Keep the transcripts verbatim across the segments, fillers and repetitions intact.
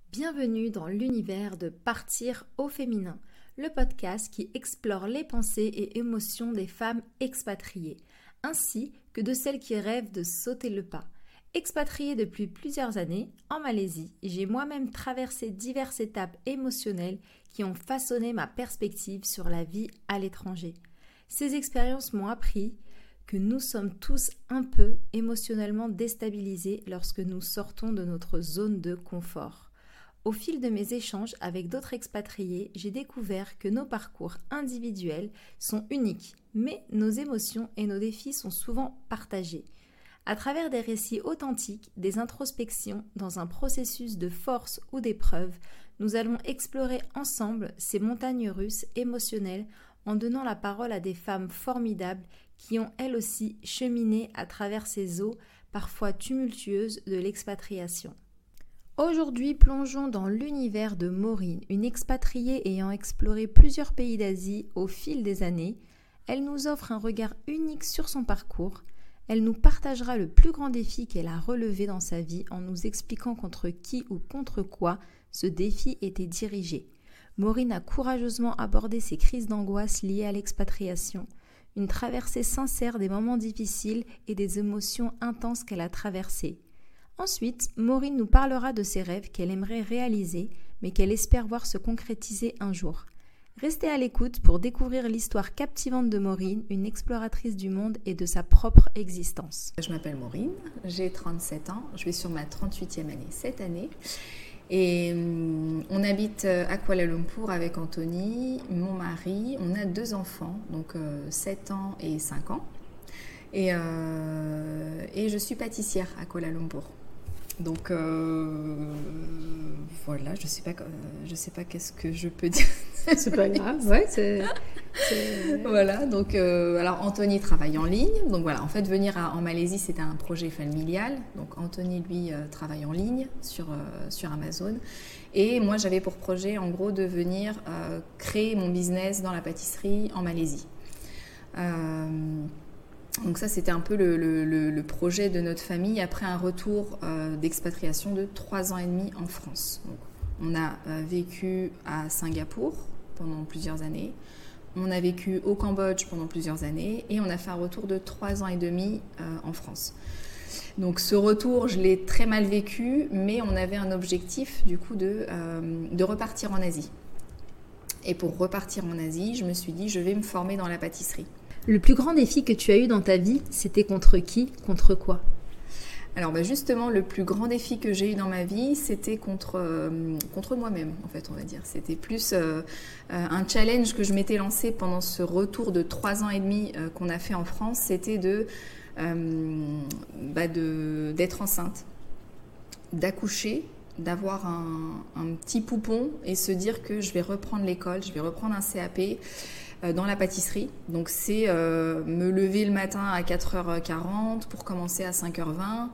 Bienvenue dans l'univers de Partir au féminin, le podcast qui explore les pensées et émotions des femmes expatriées, ainsi que de celles qui rêvent de sauter le pas. Expatriée depuis plusieurs années en Malaisie, j'ai moi-même traversé diverses étapes émotionnelles qui ont façonné ma perspective sur la vie à l'étranger. Ces expériences m'ont appris que nous sommes tous un peu émotionnellement déstabilisés lorsque nous sortons de notre zone de confort. Au fil de mes échanges avec d'autres expatriés, j'ai découvert que nos parcours individuels sont uniques, mais nos émotions et nos défis sont souvent partagés. À travers des récits authentiques, des introspections, dans un processus de force ou d'épreuve, nous allons explorer ensemble ces montagnes russes émotionnelles en donnant la parole à des femmes formidables qui ont elles aussi cheminé à travers ces eaux parfois tumultueuses de l'expatriation. Aujourd'hui, plongeons dans l'univers de Maureen, une expatriée ayant exploré plusieurs pays d'Asie au fil des années. Elle nous offre un regard unique sur son parcours. Elle nous partagera le plus grand défi qu'elle a relevé dans sa vie en nous expliquant contre qui ou contre quoi ce défi était dirigé. Maureen a courageusement abordé ses crises d'angoisse liées à l'expatriation, une traversée sincère des moments difficiles et des émotions intenses qu'elle a traversées. Ensuite, Maureen nous parlera de ses rêves qu'elle aimerait réaliser, mais qu'elle espère voir se concrétiser un jour. Restez à l'écoute pour découvrir l'histoire captivante de Maureen, une exploratrice du monde et de sa propre existence. Je m'appelle Maureen, j'ai trente-sept ans, je vais sur ma trente-huitième année cette année. Et hum, on habite à Kuala Lumpur avec Anthony, mon mari. On a deux enfants, donc euh, sept ans et cinq ans. Et, euh, et je suis pâtissière à Kuala Lumpur. Donc euh, voilà, je sais pas, euh, je sais pas qu'est-ce que je peux dire. C'est pas grave, ouais. C'est, c'est... Voilà, donc euh, alors Anthony travaille en ligne. Donc voilà, en fait venir à, en Malaisie c'était un projet familial. Donc Anthony lui euh, travaille en ligne sur euh, sur Amazon. Et moi j'avais pour projet en gros de venir euh, créer mon business dans la pâtisserie en Malaisie. Euh, Donc ça, c'était un peu le, le, le projet de notre famille après un retour euh, d'expatriation de trois ans et demi en France. Donc, on a euh, vécu à Singapour pendant plusieurs années, on a vécu au Cambodge pendant plusieurs années et on a fait un retour de trois ans et demi euh, en France. Donc ce retour, je l'ai très mal vécu, mais on avait un objectif du coup de, euh, de repartir en Asie. Et pour repartir en Asie, je me suis dit, je vais me former dans la pâtisserie. Le plus grand défi que tu as eu dans ta vie, c'était contre qui, contre quoi ? Alors bah justement, le plus grand défi que j'ai eu dans ma vie, c'était contre, euh, contre moi-même, en fait, on va dire. C'était plus euh, euh, un challenge que je m'étais lancé pendant ce retour de trois ans et demi euh, qu'on a fait en France, c'était de, euh, bah de, d'être enceinte, d'accoucher, d'avoir un, un petit poupon et se dire que je vais reprendre l'école, je vais reprendre un C A P dans la pâtisserie. Donc c'est euh, me lever le matin à quatre heures quarante pour commencer à cinq heures vingt,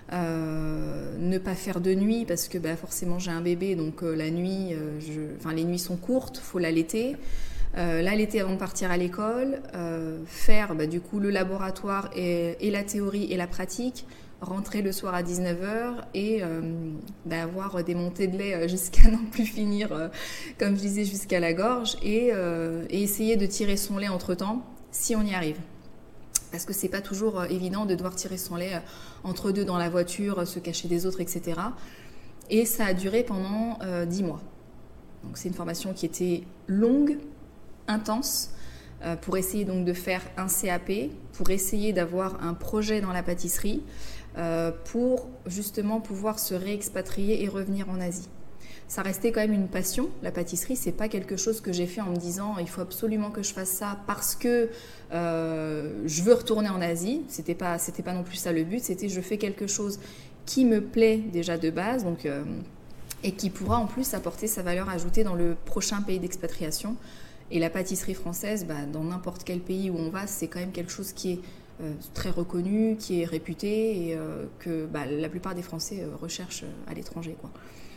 euh, ne pas faire de nuit parce que bah, forcément j'ai un bébé, donc euh, la nuit, euh, je... enfin, les nuits sont courtes, il faut l'allaiter. Euh, l'allaiter avant de partir à l'école, euh, faire bah, du coup le laboratoire et, et la théorie et la pratique, rentrer le soir à dix-neuf heures et euh, bah, avoir des montées de lait jusqu'à n'en plus finir, euh, comme je disais, jusqu'à la gorge et, euh, et essayer de tirer son lait entre-temps, si on y arrive. Parce que c'est pas toujours euh, évident de devoir tirer son lait euh, entre deux dans la voiture, euh, se cacher des autres, et cetera. Et ça a duré pendant euh, dix mois. Donc c'est une formation qui était longue, intense, euh, pour essayer donc de faire un C A P, pour essayer d'avoir un projet dans la pâtisserie, Euh, pour justement pouvoir se réexpatrier et revenir en Asie. Ça restait quand même une passion, la pâtisserie, c'est pas quelque chose que j'ai fait en me disant il faut absolument que je fasse ça parce que euh, je veux retourner en Asie. C'était pas, c'était pas non plus ça le but, c'était je fais quelque chose qui me plaît déjà de base, donc, euh, et qui pourra en plus apporter sa valeur ajoutée dans le prochain pays d'expatriation. Et la pâtisserie française, bah, dans n'importe quel pays où on va, c'est quand même quelque chose qui est Euh, très reconnu, qui est réputé et euh, que bah, la plupart des Français euh, recherchent à l'étranger, quoi.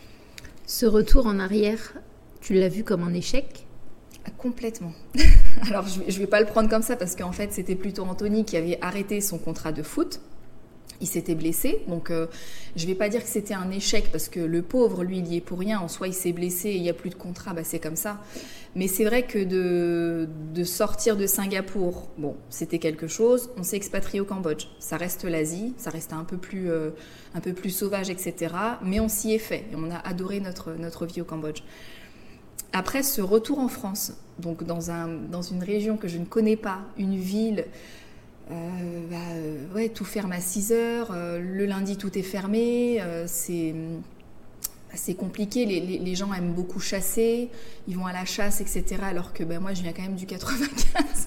Ce retour en arrière, tu l'as vu comme un échec ? Complètement. Alors je ne vais pas le prendre comme ça parce qu'en fait c'était plutôt Anthony qui avait arrêté son contrat de foot Il s'était blessé, donc euh, je ne vais pas dire que c'était un échec parce que le pauvre, lui, il y est pour rien. En soi, il s'est blessé et il n'y a plus de contrat, bah, c'est comme ça. Mais c'est vrai que de, de sortir de Singapour, bon, c'était quelque chose. On s'est expatrié au Cambodge. Ça reste l'Asie, ça reste un peu plus, euh, un peu plus sauvage, et cetera. Mais on s'y est fait et on a adoré notre, notre vie au Cambodge. Après ce retour en France, donc dans, un, dans une région que je ne connais pas, une ville... Euh, bah, euh, ouais, tout ferme à six heures, euh, le lundi tout est fermé, euh, c'est, c'est compliqué, les, les, les gens aiment beaucoup chasser, ils vont à la chasse, et cetera. Alors que ben, moi je viens quand même du quatre-vingt-quinze.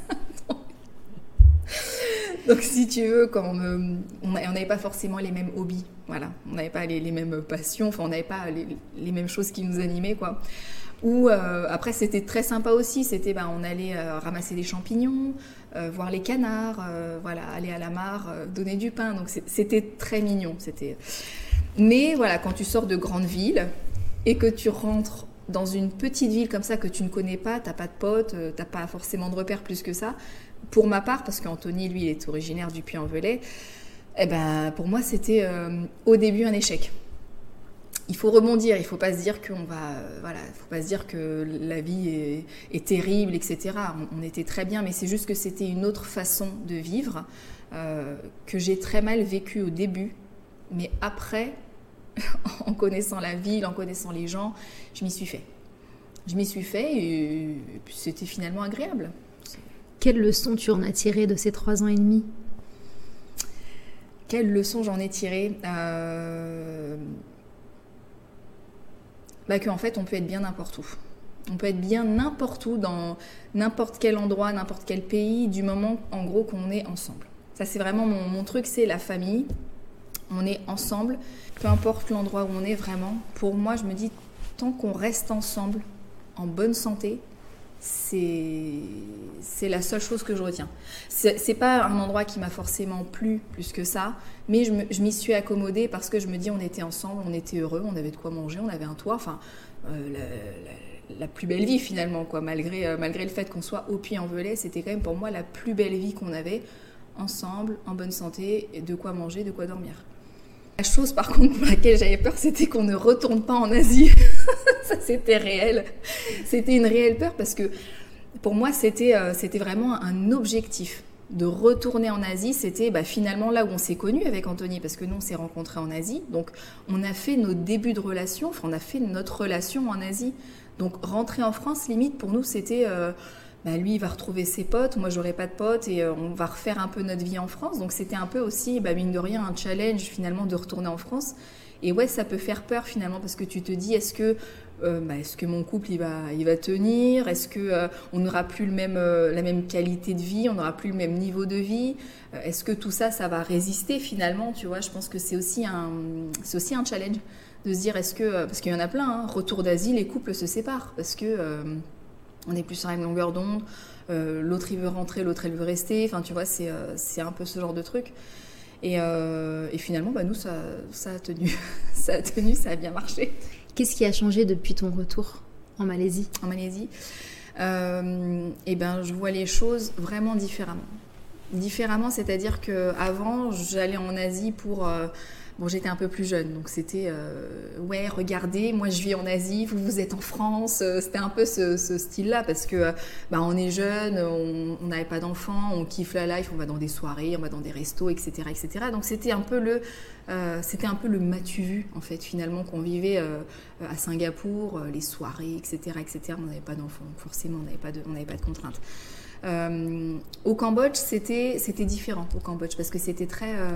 Donc si tu veux, quand on me, on n'avait pas forcément les mêmes hobbies, voilà, on n'avait pas les, les mêmes passions, enfin on n'avait pas les, les mêmes choses qui nous animaient, quoi. Ou euh, après c'était très sympa aussi, c'était ben, on allait euh, ramasser des champignons, euh, voir les canards, euh, voilà, aller à la mare, euh, donner du pain, donc c'était très mignon. C'était... Mais voilà, quand tu sors de grandes villes et que tu rentres dans une petite ville comme ça que tu ne connais pas, t'as pas de potes, euh, t'as pas forcément de repères plus que ça. Pour ma part, parce qu'Anthony lui il est originaire du Puy-en-Velay, eh ben pour moi c'était euh, au début un échec. Il faut rebondir, il ne faut pas se dire qu'on va, euh, voilà, faut pas se dire que la vie est, est terrible, et cetera. On, on était très bien, mais c'est juste que c'était une autre façon de vivre euh, que j'ai très mal vécu au début, mais après, en connaissant la ville, en connaissant les gens, je m'y suis fait. Je m'y suis fait et, et puis c'était finalement agréable. Quelle leçon tu en as tiré de ces trois ans et demi ? Quelle leçon j'en ai tiré euh... Bah qu'en fait on peut être bien n'importe où. On peut être bien n'importe où, dans n'importe quel endroit, n'importe quel pays, du moment en gros qu'on est ensemble. Ça c'est vraiment mon, mon truc, c'est la famille. On est ensemble, peu importe l'endroit où on est vraiment. Pour moi je me dis, tant qu'on reste ensemble, en bonne santé, c'est, c'est la seule chose que je retiens. C'est, c'est pas un endroit qui m'a forcément plu plus que ça, mais je, me, je m'y suis accommodée parce que je me dis on était ensemble, on était heureux, on avait de quoi manger, on avait un toit, enfin euh, la, la, la plus belle vie finalement, quoi. Malgré, euh, malgré le fait qu'on soit au Puy-en-Velay, c'était quand même pour moi la plus belle vie qu'on avait, ensemble, en bonne santé, et de quoi manger, de quoi dormir. La chose par contre pour laquelle j'avais peur, c'était qu'on ne retourne pas en Asie. Ça c'était réel. C'était une réelle peur parce que pour moi c'était, euh, c'était vraiment un objectif. De retourner en Asie, c'était bah, finalement là où on s'est connus avec Anthony, parce que nous on s'est rencontrés en Asie. Donc on a fait nos débuts de relation, enfin on a fait notre relation en Asie. Donc rentrer en France, limite pour nous c'était... Euh, Bah, lui, il va retrouver ses potes, moi, j'aurai pas de potes et euh, on va refaire un peu notre vie en France. Donc, c'était un peu aussi, bah, mine de rien, un challenge, finalement, de retourner en France. Et ouais, ça peut faire peur, finalement, parce que tu te dis, est-ce que, euh, bah, est-ce que mon couple, il va, il va tenir ? Est-ce qu'on euh, n'aura plus le même, euh, la même qualité de vie ? On n'aura plus le même niveau de vie ? euh, Est-ce que tout ça, ça va résister, finalement ? Tu vois, je pense que c'est aussi un, c'est aussi un challenge de se dire, est-ce que... Parce qu'il y en a plein, hein, retour d'Asie, les couples se séparent, parce que... Euh, on est plus sur la même longueur d'onde, euh, l'autre il veut rentrer, l'autre elle veut rester, enfin tu vois, c'est, euh, c'est un peu ce genre de truc. Et, euh, et finalement, bah, nous, ça, ça a tenu, ça a tenu, ça a bien marché. Qu'est-ce qui a changé depuis ton retour en Malaisie ? En Malaisie, euh, et ben, je vois les choses vraiment différemment. Différemment, c'est-à-dire qu'avant, j'allais en Asie pour... Euh, Bon, j'étais un peu plus jeune, donc c'était euh, ouais, regardez, moi je vis en Asie, vous vous êtes en France. Euh, c'était un peu ce, ce style-là parce que bah, on est jeune, on n'avait pas d'enfants, on kiffe la life, on va dans des soirées, on va dans des restos, et cetera, et cetera. Donc c'était un peu le, euh, c'était un peu le m'as-tu vu en fait finalement qu'on vivait euh, à Singapour, euh, les soirées, et cetera, et cetera. On n'avait pas d'enfants, donc forcément on n'avait pas de, on n'avait pas de contraintes. Euh, au Cambodge, c'était, c'était différent au Cambodge parce que c'était très euh,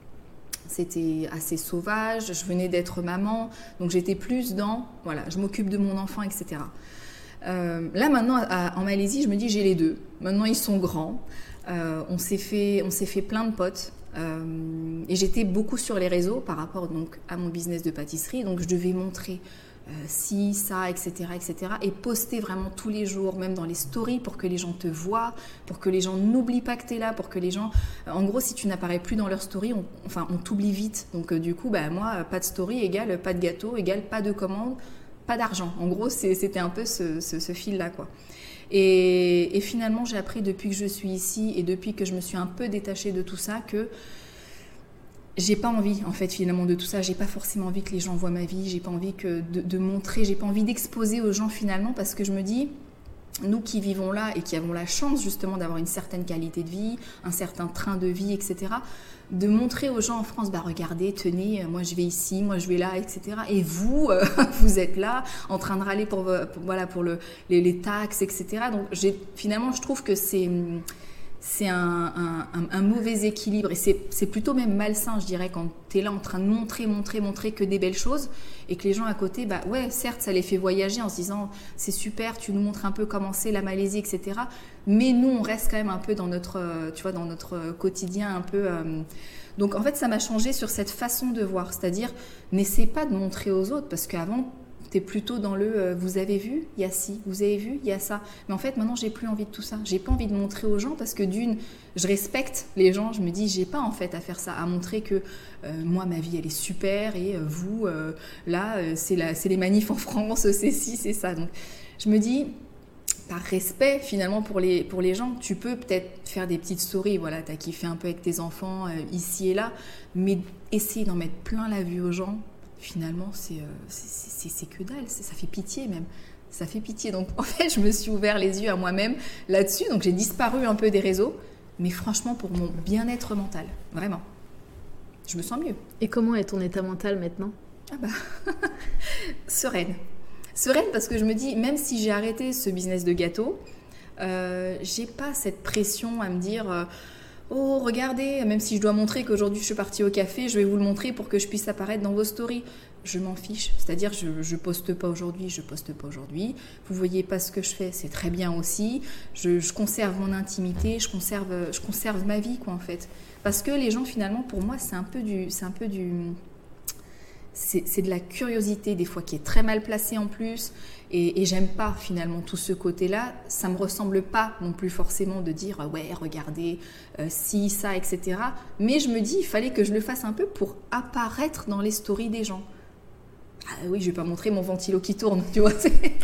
C'était assez sauvage, je venais d'être maman, donc j'étais plus dans, voilà, je m'occupe de mon enfant, et cetera. Euh, là maintenant, à, en Malaisie, je me dis j'ai les deux. Maintenant, ils sont grands, euh, on s'est fait, on s'est fait plein de potes, euh, et j'étais beaucoup sur les réseaux par rapport donc à mon business de pâtisserie, donc je devais montrer euh, ci, ça, et cetera, et cetera, et poster vraiment tous les jours, même dans les stories, pour que les gens te voient, pour que les gens n'oublient pas que tu es là, pour que les gens... En gros, si tu n'apparais plus dans leur story, on, enfin, on t'oublie vite. Donc euh, du coup, bah, moi, pas de story égale pas de gâteau, égale pas de commande, pas d'argent. En gros, c'est, c'était un peu ce, ce, ce fil-là, quoi. Et, et finalement, j'ai appris depuis que je suis ici et depuis que je me suis un peu détachée de tout ça que j'ai pas envie, en fait, finalement, de tout ça. J'ai pas forcément envie que les gens voient ma vie. J'ai pas envie que de, de montrer, j'ai pas envie d'exposer aux gens, finalement, parce que je me dis, nous qui vivons là et qui avons la chance, justement, d'avoir une certaine qualité de vie, un certain train de vie, et cetera, de montrer aux gens en France, bah regardez, tenez, moi je vais ici, moi je vais là, et cetera. Et vous, euh, vous êtes là, en train de râler pour, pour, voilà, pour le, les, les taxes, et cetera. Donc j'ai, finalement, je trouve que c'est... c'est un, un, un mauvais équilibre et c'est, c'est plutôt même malsain, je dirais, quand tu es là en train de montrer, montrer, montrer que des belles choses et que les gens à côté, bah ouais, certes, ça les fait voyager en se disant c'est super, tu nous montres un peu comment c'est la Malaisie, et cetera. Mais nous, on reste quand même un peu dans notre, tu vois, dans notre quotidien un peu. Euh... Donc en fait, ça m'a changé sur cette façon de voir, c'est-à-dire n'essaie pas de montrer aux autres parce qu'avant, t'es plutôt dans le euh, vous avez vu, il y a ci, vous avez vu, il y a ça. Mais en fait, maintenant, j'ai plus envie de tout ça. J'ai pas envie de montrer aux gens parce que d'une, je respecte les gens. Je me dis, j'ai pas en fait à faire ça, à montrer que euh, moi, ma vie, elle est super et euh, vous, euh, là, euh, c'est, la, c'est les manifs en France, c'est ci, c'est ça. Donc, je me dis, par respect finalement pour les, pour les gens, tu peux peut-être faire des petites stories, voilà, t'as kiffé un peu avec tes enfants euh, ici et là, mais essayer d'en mettre plein la vue aux gens. Finalement, c'est, euh, c'est, c'est, c'est que dalle, c'est, ça fait pitié même, ça fait pitié. Donc en fait, je me suis ouvert les yeux à moi-même là-dessus, donc j'ai disparu un peu des réseaux, mais franchement pour mon bien-être mental, vraiment, je me sens mieux. Et comment est ton état mental maintenant ? Ah bah, sereine. Sereine parce que je me dis, même si j'ai arrêté ce business de gâteau, euh, j'ai pas cette pression à me dire... Euh, oh, regardez, même si je dois montrer qu'aujourd'hui je suis partie au café, je vais vous le montrer pour que je puisse apparaître dans vos stories. Je m'en fiche, c'est-à-dire je, je poste pas aujourd'hui, je poste pas aujourd'hui. Vous voyez pas ce que je fais, c'est très bien aussi. Je, je conserve mon intimité, je conserve, je conserve ma vie, quoi, en fait. Parce que les gens, finalement, pour moi, c'est un peu du... C'est un peu du c'est, c'est de la curiosité, des fois, qui est très mal placée en plus. Et, et j'aime pas finalement tout ce côté-là. Ça me ressemble pas non plus forcément de dire euh, ouais regardez euh, si ça et cetera. Mais je me dis il fallait que je le fasse un peu pour apparaître dans les stories des gens. Ah oui, je vais pas montrer mon ventilo qui tourne, tu vois.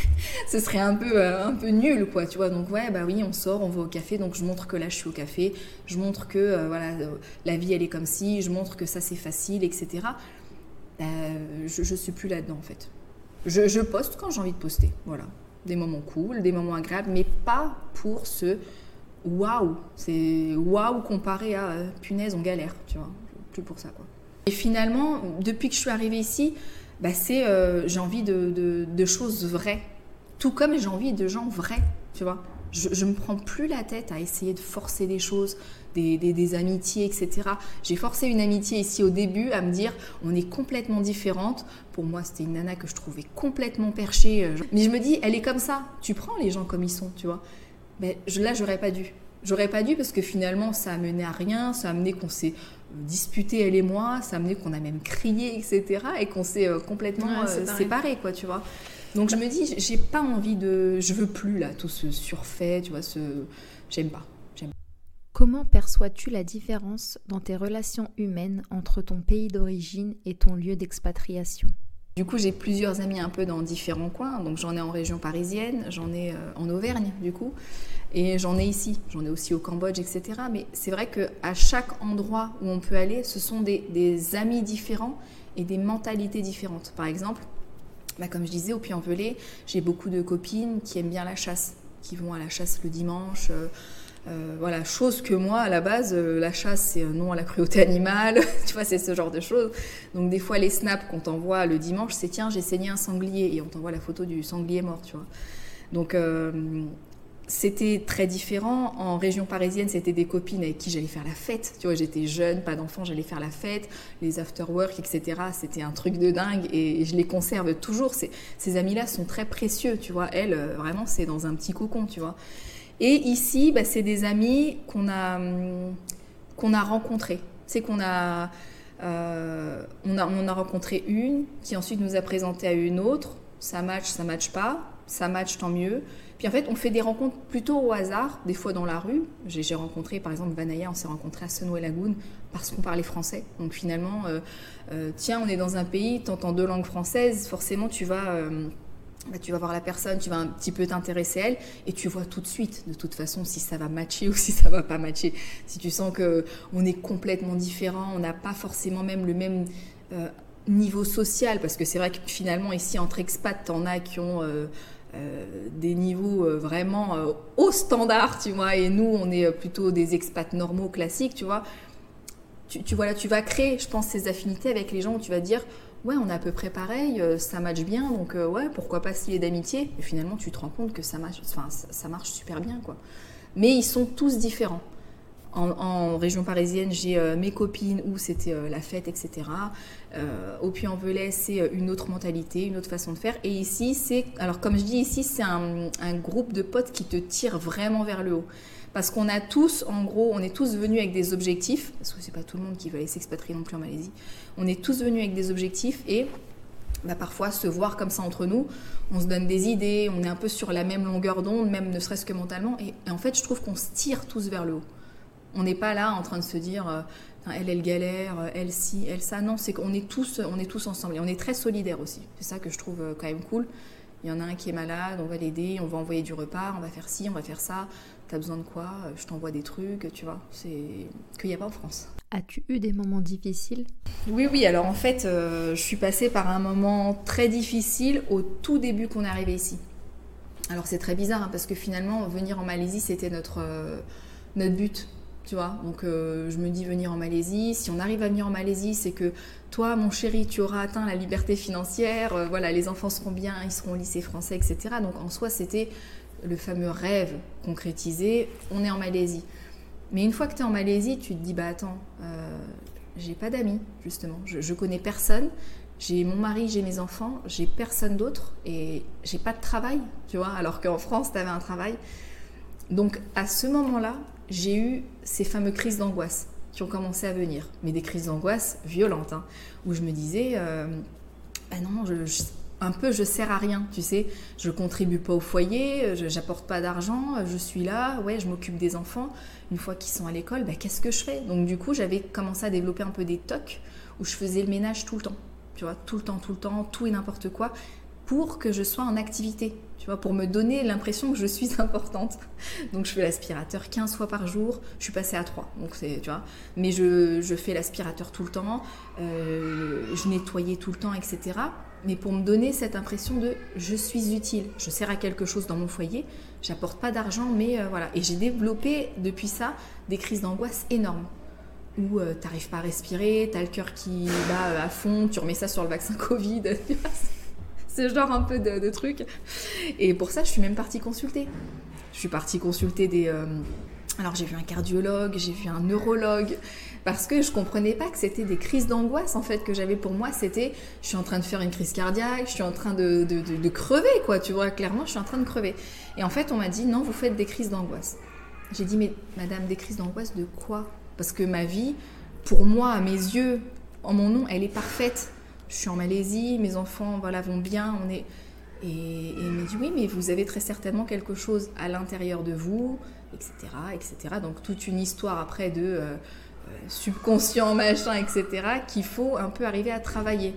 Ce serait un peu euh, un peu nul quoi, tu vois. Donc ouais bah oui on sort, on va au café, donc je montre que là je suis au café, je montre que euh, voilà euh, la vie elle est comme ci, je montre que ça c'est facile et cetera. Euh, je, je suis plus là-dedans en fait. Je, je poste quand j'ai envie de poster, voilà. Des moments cool, des moments agréables, mais pas pour ce waouh. C'est waouh comparé à euh, punaise, on galère, tu vois. Plus pour ça, quoi. Et finalement, depuis que je suis arrivée ici, bah c'est, euh, j'ai envie de, de, de choses vraies. Tout comme j'ai envie de gens vrais, tu vois. Je ne me prends plus la tête à essayer de forcer des choses, des, des, des amitiés, et cetera. J'ai forcé une amitié ici au début à me dire on est complètement différentes. Pour moi, c'était une nana que je trouvais complètement perchée. Mais je me dis, elle est comme ça. Tu prends les gens comme ils sont, tu vois. Mais là, j'aurais pas dû. J'aurais pas dû parce que finalement, ça a mené à rien. Ça a amené qu'on s'est disputé, elle et moi. Ça a amené qu'on a même crié, et cetera. Et qu'on s'est complètement ouais, euh, séparés, quoi, tu vois. Donc je me dis, j'ai pas envie de... Je veux plus, là, tout ce surfait, tu vois, ce... J'aime pas. J'aime. Comment perçois-tu la différence dans tes relations humaines entre ton pays d'origine et ton lieu d'expatriation ? Du coup, j'ai plusieurs amis un peu dans différents coins. Donc j'en ai en région parisienne, j'en ai euh, en Auvergne, du coup. Et j'en ai ici, j'en ai aussi au Cambodge, et cetera. Mais c'est vrai qu'à chaque endroit où on peut aller, ce sont des, des amis différents et des mentalités différentes. Par exemple... Bah, comme je disais, au Puy-en-Velay, j'ai beaucoup de copines qui aiment bien la chasse, qui vont à la chasse le dimanche. Euh, euh, voilà, chose que moi, à la base, euh, la chasse, c'est un non à la cruauté animale. Tu vois, c'est ce genre de choses. Donc, des fois, les snaps qu'on t'envoie le dimanche, c'est tiens, j'ai saigné un sanglier. Et on t'envoie la photo du sanglier mort, tu vois. Donc, euh, c'était très différent. En région parisienne, c'était des copines avec qui j'allais faire la fête. Tu vois, j'étais jeune, pas d'enfant, j'allais faire la fête. Les after-work, et cetera. C'était un truc de dingue et je les conserve toujours. Ces, ces amis-là sont très précieux, tu vois. Elles, vraiment, c'est dans un petit cocon, tu vois. Et ici, bah, c'est des amis qu'on a, qu'on a rencontrés. C'est qu'on a, euh, on a, on a rencontré une qui ensuite nous a présenté à une autre. Ça match, ça match pas. Ça match, tant mieux. Puis en fait, on fait des rencontres plutôt au hasard, des fois dans la rue. J'ai, j'ai rencontré, par exemple, Vanaya, on s'est rencontrés à Sunway Lagoon parce qu'on parlait français. Donc finalement, euh, euh, tiens, on est dans un pays, t'entends deux langues françaises, forcément tu vas, euh, bah, tu vas voir la personne, tu vas un petit peu t'intéresser à elle et tu vois tout de suite, de toute façon, si ça va matcher ou si ça va pas matcher. Si tu sens qu'on est complètement différent, on n'a pas forcément même le même euh, niveau social, parce que c'est vrai que finalement ici entre expats, t'en as qui ont euh, euh, des niveaux euh, vraiment euh, haut standard, tu vois, et nous on est plutôt des expats normaux, classiques, tu vois. Tu, tu, voilà, tu vas créer, je pense, ces affinités avec les gens où tu vas dire... Ouais, on est à peu près pareil, ça match bien, donc euh, ouais, pourquoi pas se lier d'amitié. Et finalement, tu te rends compte que ça marche, enfin, ça, ça marche super bien, quoi. Mais ils sont tous différents. En, en région parisienne, j'ai euh, mes copines où c'était euh, la fête, et cetera. Euh, au Puy-en-Velay, c'est une autre mentalité, une autre façon de faire. Et ici, c'est, alors comme je dis ici, c'est un, un groupe de potes qui te tire vraiment vers le haut. Parce qu'on a tous, en gros, on est tous venus avec des objectifs, parce que c'est pas tout le monde qui veut aller s'expatrier non plus en Malaisie. On est tous venus avec des objectifs et bah, parfois se voir comme ça entre nous, on se donne des idées, on est un peu sur la même longueur d'onde, même ne serait-ce que mentalement. Et, et en fait, je trouve qu'on se tire tous vers le haut. On n'est pas là en train de se dire, euh, elle, elle galère, elle ci, elle ça. Non, c'est qu'on est tous, on est tous ensemble et on est très solidaires aussi. C'est ça que je trouve quand même cool. Il y en a un qui est malade, on va l'aider, on va envoyer du repas, on va faire ci, on va faire ça. T'as besoin de quoi? Je t'envoie des trucs, tu vois. C'est qu'il n'y a pas en France. As-tu eu des moments difficiles? Oui, oui. Alors en fait, euh, je suis passée par un moment très difficile au tout début qu'on est arrivé ici. Alors c'est très bizarre hein, parce que finalement, venir en Malaisie, c'était notre, euh, notre but. Tu vois, donc euh, je me dis venir en Malaisie. Si on arrive à venir en Malaisie, c'est que toi, mon chéri, tu auras atteint la liberté financière. Euh, voilà, les enfants seront bien, ils seront au lycée français, et cetera. Donc en soi, c'était le fameux rêve concrétisé. On est en Malaisie. Mais une fois que tu es en Malaisie, tu te dis bah attends, euh, j'ai pas d'amis justement. Je, je connais personne. J'ai mon mari, j'ai mes enfants, j'ai personne d'autre et j'ai pas de travail. Tu vois, alors qu'en France, tu avais un travail. Donc à ce moment-là, j'ai eu ces fameuses crises d'angoisse qui ont commencé à venir. Mais des crises d'angoisse violentes, hein, où je me disais, euh, ah non, je, je, un peu je sers à rien, tu sais. Je contribue pas au foyer, je j'apporte pas d'argent, je suis là, ouais, je m'occupe des enfants. Une fois qu'ils sont à l'école, bah, qu'est-ce que je fais? Donc du coup, j'avais commencé à développer un peu des tocs où je faisais le ménage tout le temps. Tu vois, tout le temps, tout le temps, tout et n'importe quoi, pour que je sois en activité. Tu vois, pour me donner l'impression que je suis importante. Donc je fais l'aspirateur quinze fois par jour, je suis passée à trois. Donc c'est, tu vois, mais je, je fais l'aspirateur tout le temps, euh, je nettoyais tout le temps, et cetera. Mais pour me donner cette impression de je suis utile, je sers à quelque chose dans mon foyer, j'apporte pas d'argent, mais euh, voilà. Et j'ai développé depuis ça des crises d'angoisse énormes. Où euh, tu n'arrives pas à respirer, tu as le cœur qui bat à fond, tu remets ça sur le vaccin Covid, tu vois, c'est ce genre un peu de, de truc. Et pour ça, je suis même partie consulter. Je suis partie consulter des... Euh... Alors, j'ai vu un cardiologue, j'ai vu un neurologue, parce que je ne comprenais pas que c'était des crises d'angoisse, en fait, que j'avais pour moi. C'était, je suis en train de faire une crise cardiaque, je suis en train de, de, de, de crever, quoi, tu vois, clairement, je suis en train de crever. Et en fait, on m'a dit, non, vous faites des crises d'angoisse. J'ai dit, mais madame, des crises d'angoisse de quoi? Parce que ma vie, pour moi, à mes yeux, en mon nom, elle est parfaite. Je suis en Malaisie, mes enfants voilà, vont bien, on est... Et, et il me dit, oui, mais vous avez très certainement quelque chose à l'intérieur de vous, et cetera, et cetera. Donc, toute une histoire après de euh, subconscient, machin, et cetera, qu'il faut un peu arriver à travailler.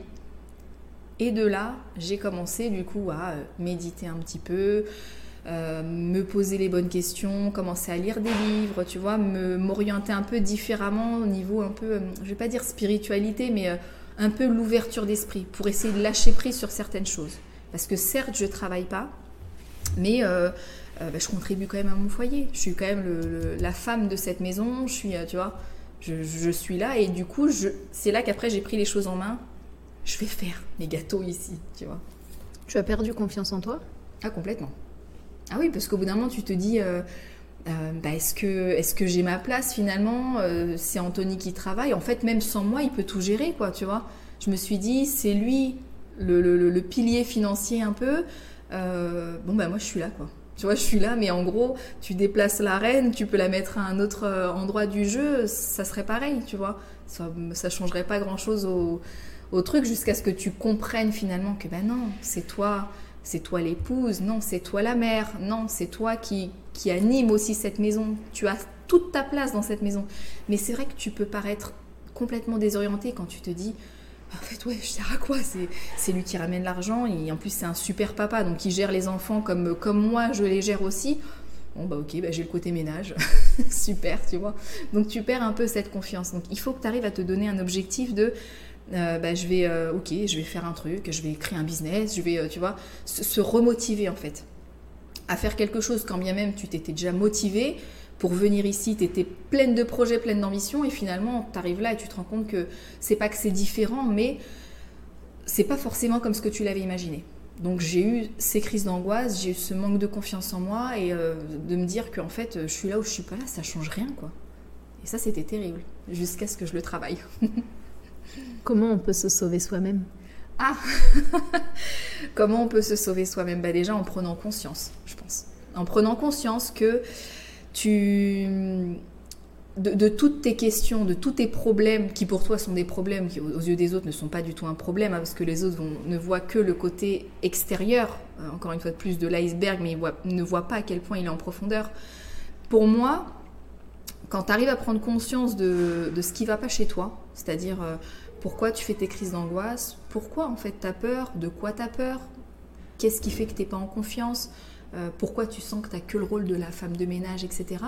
Et de là, j'ai commencé, du coup, à méditer un petit peu, euh, me poser les bonnes questions, commencer à lire des livres, tu vois, me, m'orienter un peu différemment au niveau un peu, je vais pas dire spiritualité, mais... Euh, un peu l'ouverture d'esprit pour essayer de lâcher prise sur certaines choses. Parce que certes, je ne travaille pas, mais euh, euh, bah, je contribue quand même à mon foyer. Je suis quand même le, le, la femme de cette maison, je suis, euh, tu vois, je, je suis là et du coup, je, c'est là qu'après j'ai pris les choses en main. Je vais faire mes gâteaux ici, tu vois. Tu as perdu confiance en toi? Ah, complètement. Ah oui, parce qu'au bout d'un moment, tu te dis... Euh, Euh, bah est-ce que, est-ce que j'ai ma place finalement? euh, C'est Anthony qui travaille. En fait, même sans moi, il peut tout gérer, quoi, tu vois. Je me suis dit, c'est lui le, le, le pilier financier un peu. Euh, bon, bah moi, je suis là, quoi. Tu vois, je suis là, mais en gros, tu déplaces la reine, tu peux la mettre à un autre endroit du jeu, ça serait pareil, tu vois. Ça, ça changerait pas grand-chose au, au truc jusqu'à ce que tu comprennes finalement que, ben non, c'est toi... C'est toi l'épouse, non, c'est toi la mère, non, c'est toi qui, qui anime aussi cette maison. Tu as toute ta place dans cette maison. Mais c'est vrai que tu peux paraître complètement désorienté quand tu te dis en fait, ouais, je sers à quoi ? c'est, c'est lui qui ramène l'argent, et en plus, c'est un super papa, donc il gère les enfants comme, comme moi, je les gère aussi. Bon, bah ok, bah, j'ai le côté ménage, super, tu vois. Donc, tu perds un peu cette confiance. Donc, il faut que tu arrives à te donner un objectif de, euh, bah, je vais, euh, ok, je vais faire un truc, je vais créer un business, je vais, euh, tu vois, se, se remotiver, en fait, à faire quelque chose, quand bien même tu t'étais déjà motivé. Pour venir ici, tu étais pleine de projets, pleine d'ambition, et finalement, tu arrives là et tu te rends compte que c'est pas que c'est différent, mais c'est pas forcément comme ce que tu l'avais imaginé. Donc j'ai eu ces crises d'angoisse, j'ai eu ce manque de confiance en moi, et euh, de me dire qu'en fait, je suis là ou je suis pas là, ça change rien, quoi. Et ça, c'était terrible, jusqu'à ce que je le travaille. Comment on peut se sauver soi-même ? Ah Comment on peut se sauver soi-même ? Bah déjà en prenant conscience, je pense. En prenant conscience que tu, de, de toutes tes questions, de tous tes problèmes, qui pour toi sont des problèmes, qui aux yeux des autres ne sont pas du tout un problème, hein, parce que les autres vont, ne voient que le côté extérieur, euh, encore une fois de plus, de l'iceberg, mais ils voient, ne voient pas à quel point il est en profondeur. Pour moi, quand tu arrives à prendre conscience de, de ce qui ne va pas chez toi, c'est-à-dire euh, pourquoi tu fais tes crises d'angoisse, pourquoi en fait tu as peur, de quoi tu as peur, qu'est-ce qui fait que tu n'es pas en confiance, Euh, pourquoi tu sens que tu n'as que le rôle de la femme de ménage, et cetera.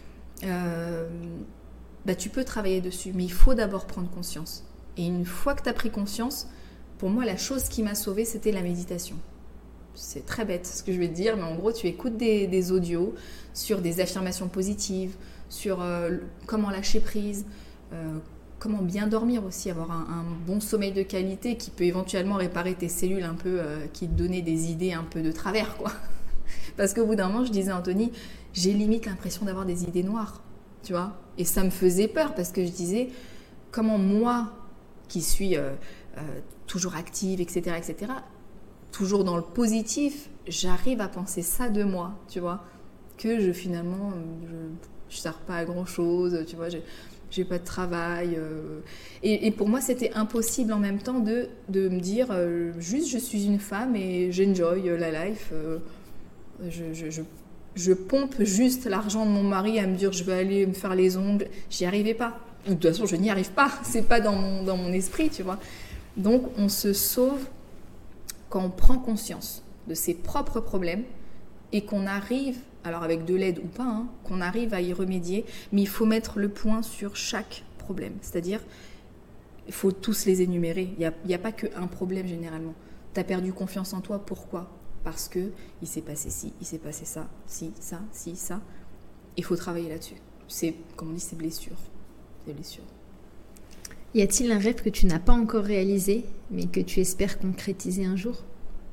Euh, bah, tu peux travailler dessus, mais il faut d'abord prendre conscience. Et une fois que tu as pris conscience, pour moi, la chose qui m'a sauvée, c'était la méditation. C'est très bête ce que je vais te dire, mais en gros, tu écoutes des, des audios sur des affirmations positives, sur euh, comment lâcher prise, euh, comment bien dormir aussi, avoir un, un bon sommeil de qualité qui peut éventuellement réparer tes cellules un peu, euh, qui te donnaient des idées un peu de travers, quoi. Parce qu'au bout d'un moment, je disais à Anthony, j'ai limite l'impression d'avoir des idées noires, tu vois. Et ça me faisait peur parce que je disais, comment moi, qui suis euh, euh, toujours active, et cetera, et cetera, toujours dans le positif, j'arrive à penser ça de moi, tu vois. Que je, finalement, je ne sers pas à grand-chose, tu vois, j'ai, j'ai pas de travail. Euh, et, et pour moi, c'était impossible en même temps de, de me dire, euh, juste, je suis une femme et j'enjoy la life. Euh, Je, je, je, je pompe juste l'argent de mon mari à me dire je vais aller me faire les ongles. J'y arrivais pas. De toute façon, je n'y arrive pas. C'est pas dans mon, dans mon esprit, tu vois. Donc, on se sauve quand on prend conscience de ses propres problèmes et qu'on arrive, alors avec de l'aide ou pas, hein, qu'on arrive à y remédier. Mais il faut mettre le point sur chaque problème. C'est-à-dire, il faut tous les énumérer. Il n'y a, il y a pas qu'un problème généralement. Tu as perdu confiance en toi, pourquoi ? Parce que il s'est passé ci, il s'est passé ça, ci, ça, ci, ça. Il faut travailler là-dessus. C'est, comme on dit, c'est blessures. C'est blessures. Y a-t-il un rêve que tu n'as pas encore réalisé, mais que tu espères concrétiser un jour ?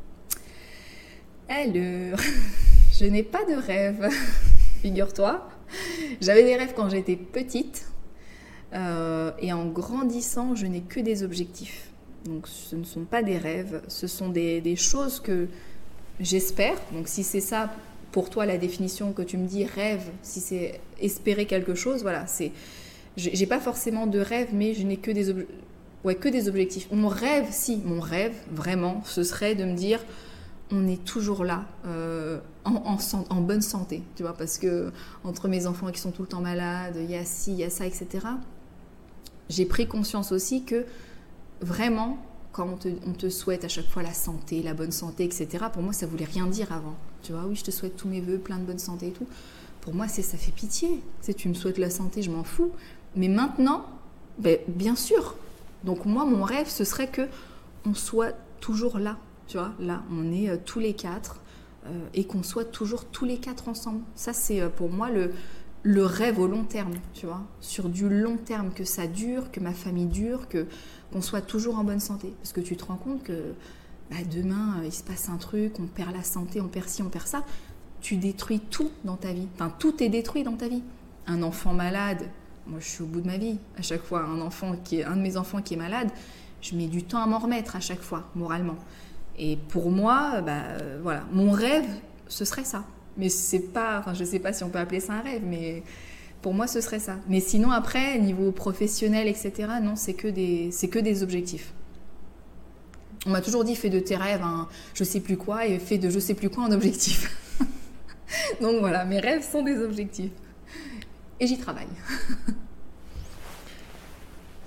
Alors, je n'ai pas de rêve, figure-toi. J'avais des rêves quand j'étais petite. Euh, et en grandissant, je n'ai que des objectifs. Donc, ce ne sont pas des rêves, ce sont des, des choses que j'espère. Donc si c'est ça pour toi la définition que tu me dis rêve, si c'est espérer quelque chose, voilà, c'est j'ai pas forcément de rêve, mais je n'ai que des ob... ouais, que des objectifs. Mon rêve, si, mon rêve vraiment, ce serait de me dire on est toujours là, euh, en, en, en bonne santé, tu vois, parce que entre mes enfants qui sont tout le temps malades, il y a ci, il y a ça, et cetera. J'ai pris conscience aussi que vraiment quand on te, on te souhaite à chaque fois la santé, la bonne santé, et cetera. Pour moi, ça voulait rien dire avant. Tu vois, oui, je te souhaite tous mes vœux, plein de bonne santé et tout. Pour moi, c'est, ça fait pitié. Tu sais, tu me souhaites la santé, je m'en fous. Mais maintenant, ben, bien sûr. Donc moi, mon rêve, ce serait que on soit toujours là. Tu vois, là, on est euh, tous les quatre euh, et qu'on soit toujours tous les quatre ensemble. Ça, c'est euh, pour moi le, le rêve au long terme, tu vois. Sur du long terme, que ça dure, que ma famille dure, que qu'on soit toujours en bonne santé. Parce que tu te rends compte que bah, demain, euh, il se passe un truc, on perd la santé, on perd ci, on perd ça. Tu détruis tout dans ta vie. Enfin, tout est détruit dans ta vie. Un enfant malade, moi je suis au bout de ma vie. À chaque fois, un, enfant qui est, un de mes enfants qui est malade, je mets du temps à m'en remettre à chaque fois, moralement. Et pour moi, bah, euh, voilà, mon rêve, ce serait ça. Mais c'est pas, enfin, je sais pas si on peut appeler ça un rêve, mais pour moi, ce serait ça. Mais sinon, après, niveau professionnel, et cetera, non, c'est que des, c'est que des objectifs. On m'a toujours dit, fais de tes rêves un je sais plus quoi, et fais de je sais plus quoi un objectif. Donc voilà, mes rêves sont des objectifs. Et j'y travaille.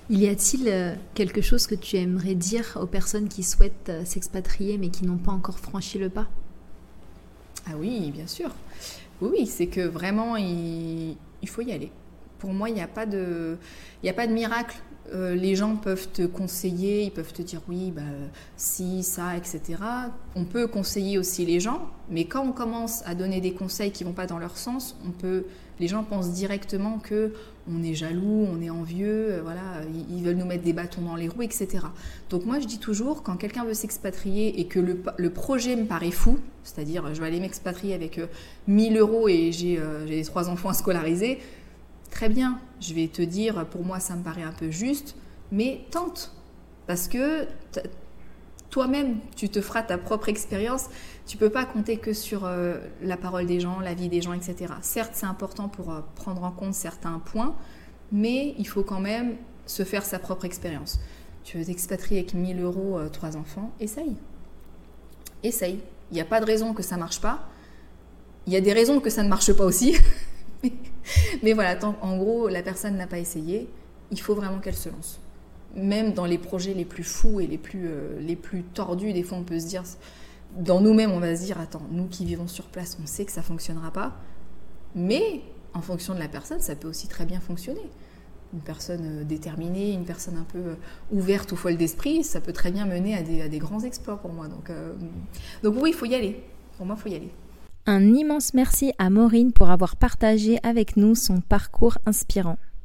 Il y a-t-il quelque chose que tu aimerais dire aux personnes qui souhaitent s'expatrier mais qui n'ont pas encore franchi le pas ? Ah oui, bien sûr. Oui, oui, c'est que vraiment, il, il faut y aller. Pour moi, il n'y a pas de, il n'y a pas de miracle. Euh, les gens peuvent te conseiller, ils peuvent te dire oui, bah, si, ça, et cetera. On peut conseiller aussi les gens, mais quand on commence à donner des conseils qui ne vont pas dans leur sens, on peut, les gens pensent directement que on est jaloux, on est envieux, euh, voilà, ils, ils veulent nous mettre des bâtons dans les roues, et cetera. Donc moi, je dis toujours, quand quelqu'un veut s'expatrier et que le, le projet me paraît fou, c'est-à-dire je vais aller m'expatrier avec euh, mille euros et j'ai, euh, j'ai trois enfants à scolariser, très bien, je vais te dire, pour moi, ça me paraît un peu juste, mais tente. Parce que t- toi-même, tu te feras ta propre expérience. Tu ne peux pas compter que sur euh, la parole des gens, la vie des gens, et cetera. Certes, c'est important pour euh, prendre en compte certains points, mais il faut quand même se faire sa propre expérience. Tu veux t'expatrier avec mille euros, euh, trois enfants, essaye. Essaye. Il n'y a pas de raison que ça ne marche pas. Il y a des raisons que ça ne marche pas aussi. Mais voilà, tant, en gros, la personne n'a pas essayé, il faut vraiment qu'elle se lance. Même dans les projets les plus fous et les plus, euh, les plus tordus, des fois on peut se dire, dans nous-mêmes on va se dire, attends, nous qui vivons sur place, on sait que ça ne fonctionnera pas, mais en fonction de la personne, ça peut aussi très bien fonctionner. Une personne déterminée, une personne un peu ouverte ou folle d'esprit, ça peut très bien mener à des, à des grands exploits pour moi. Donc, euh, donc oui, il faut y aller. Pour moi, il faut y aller. Un immense merci à Maureen pour avoir partagé avec nous son parcours inspirant.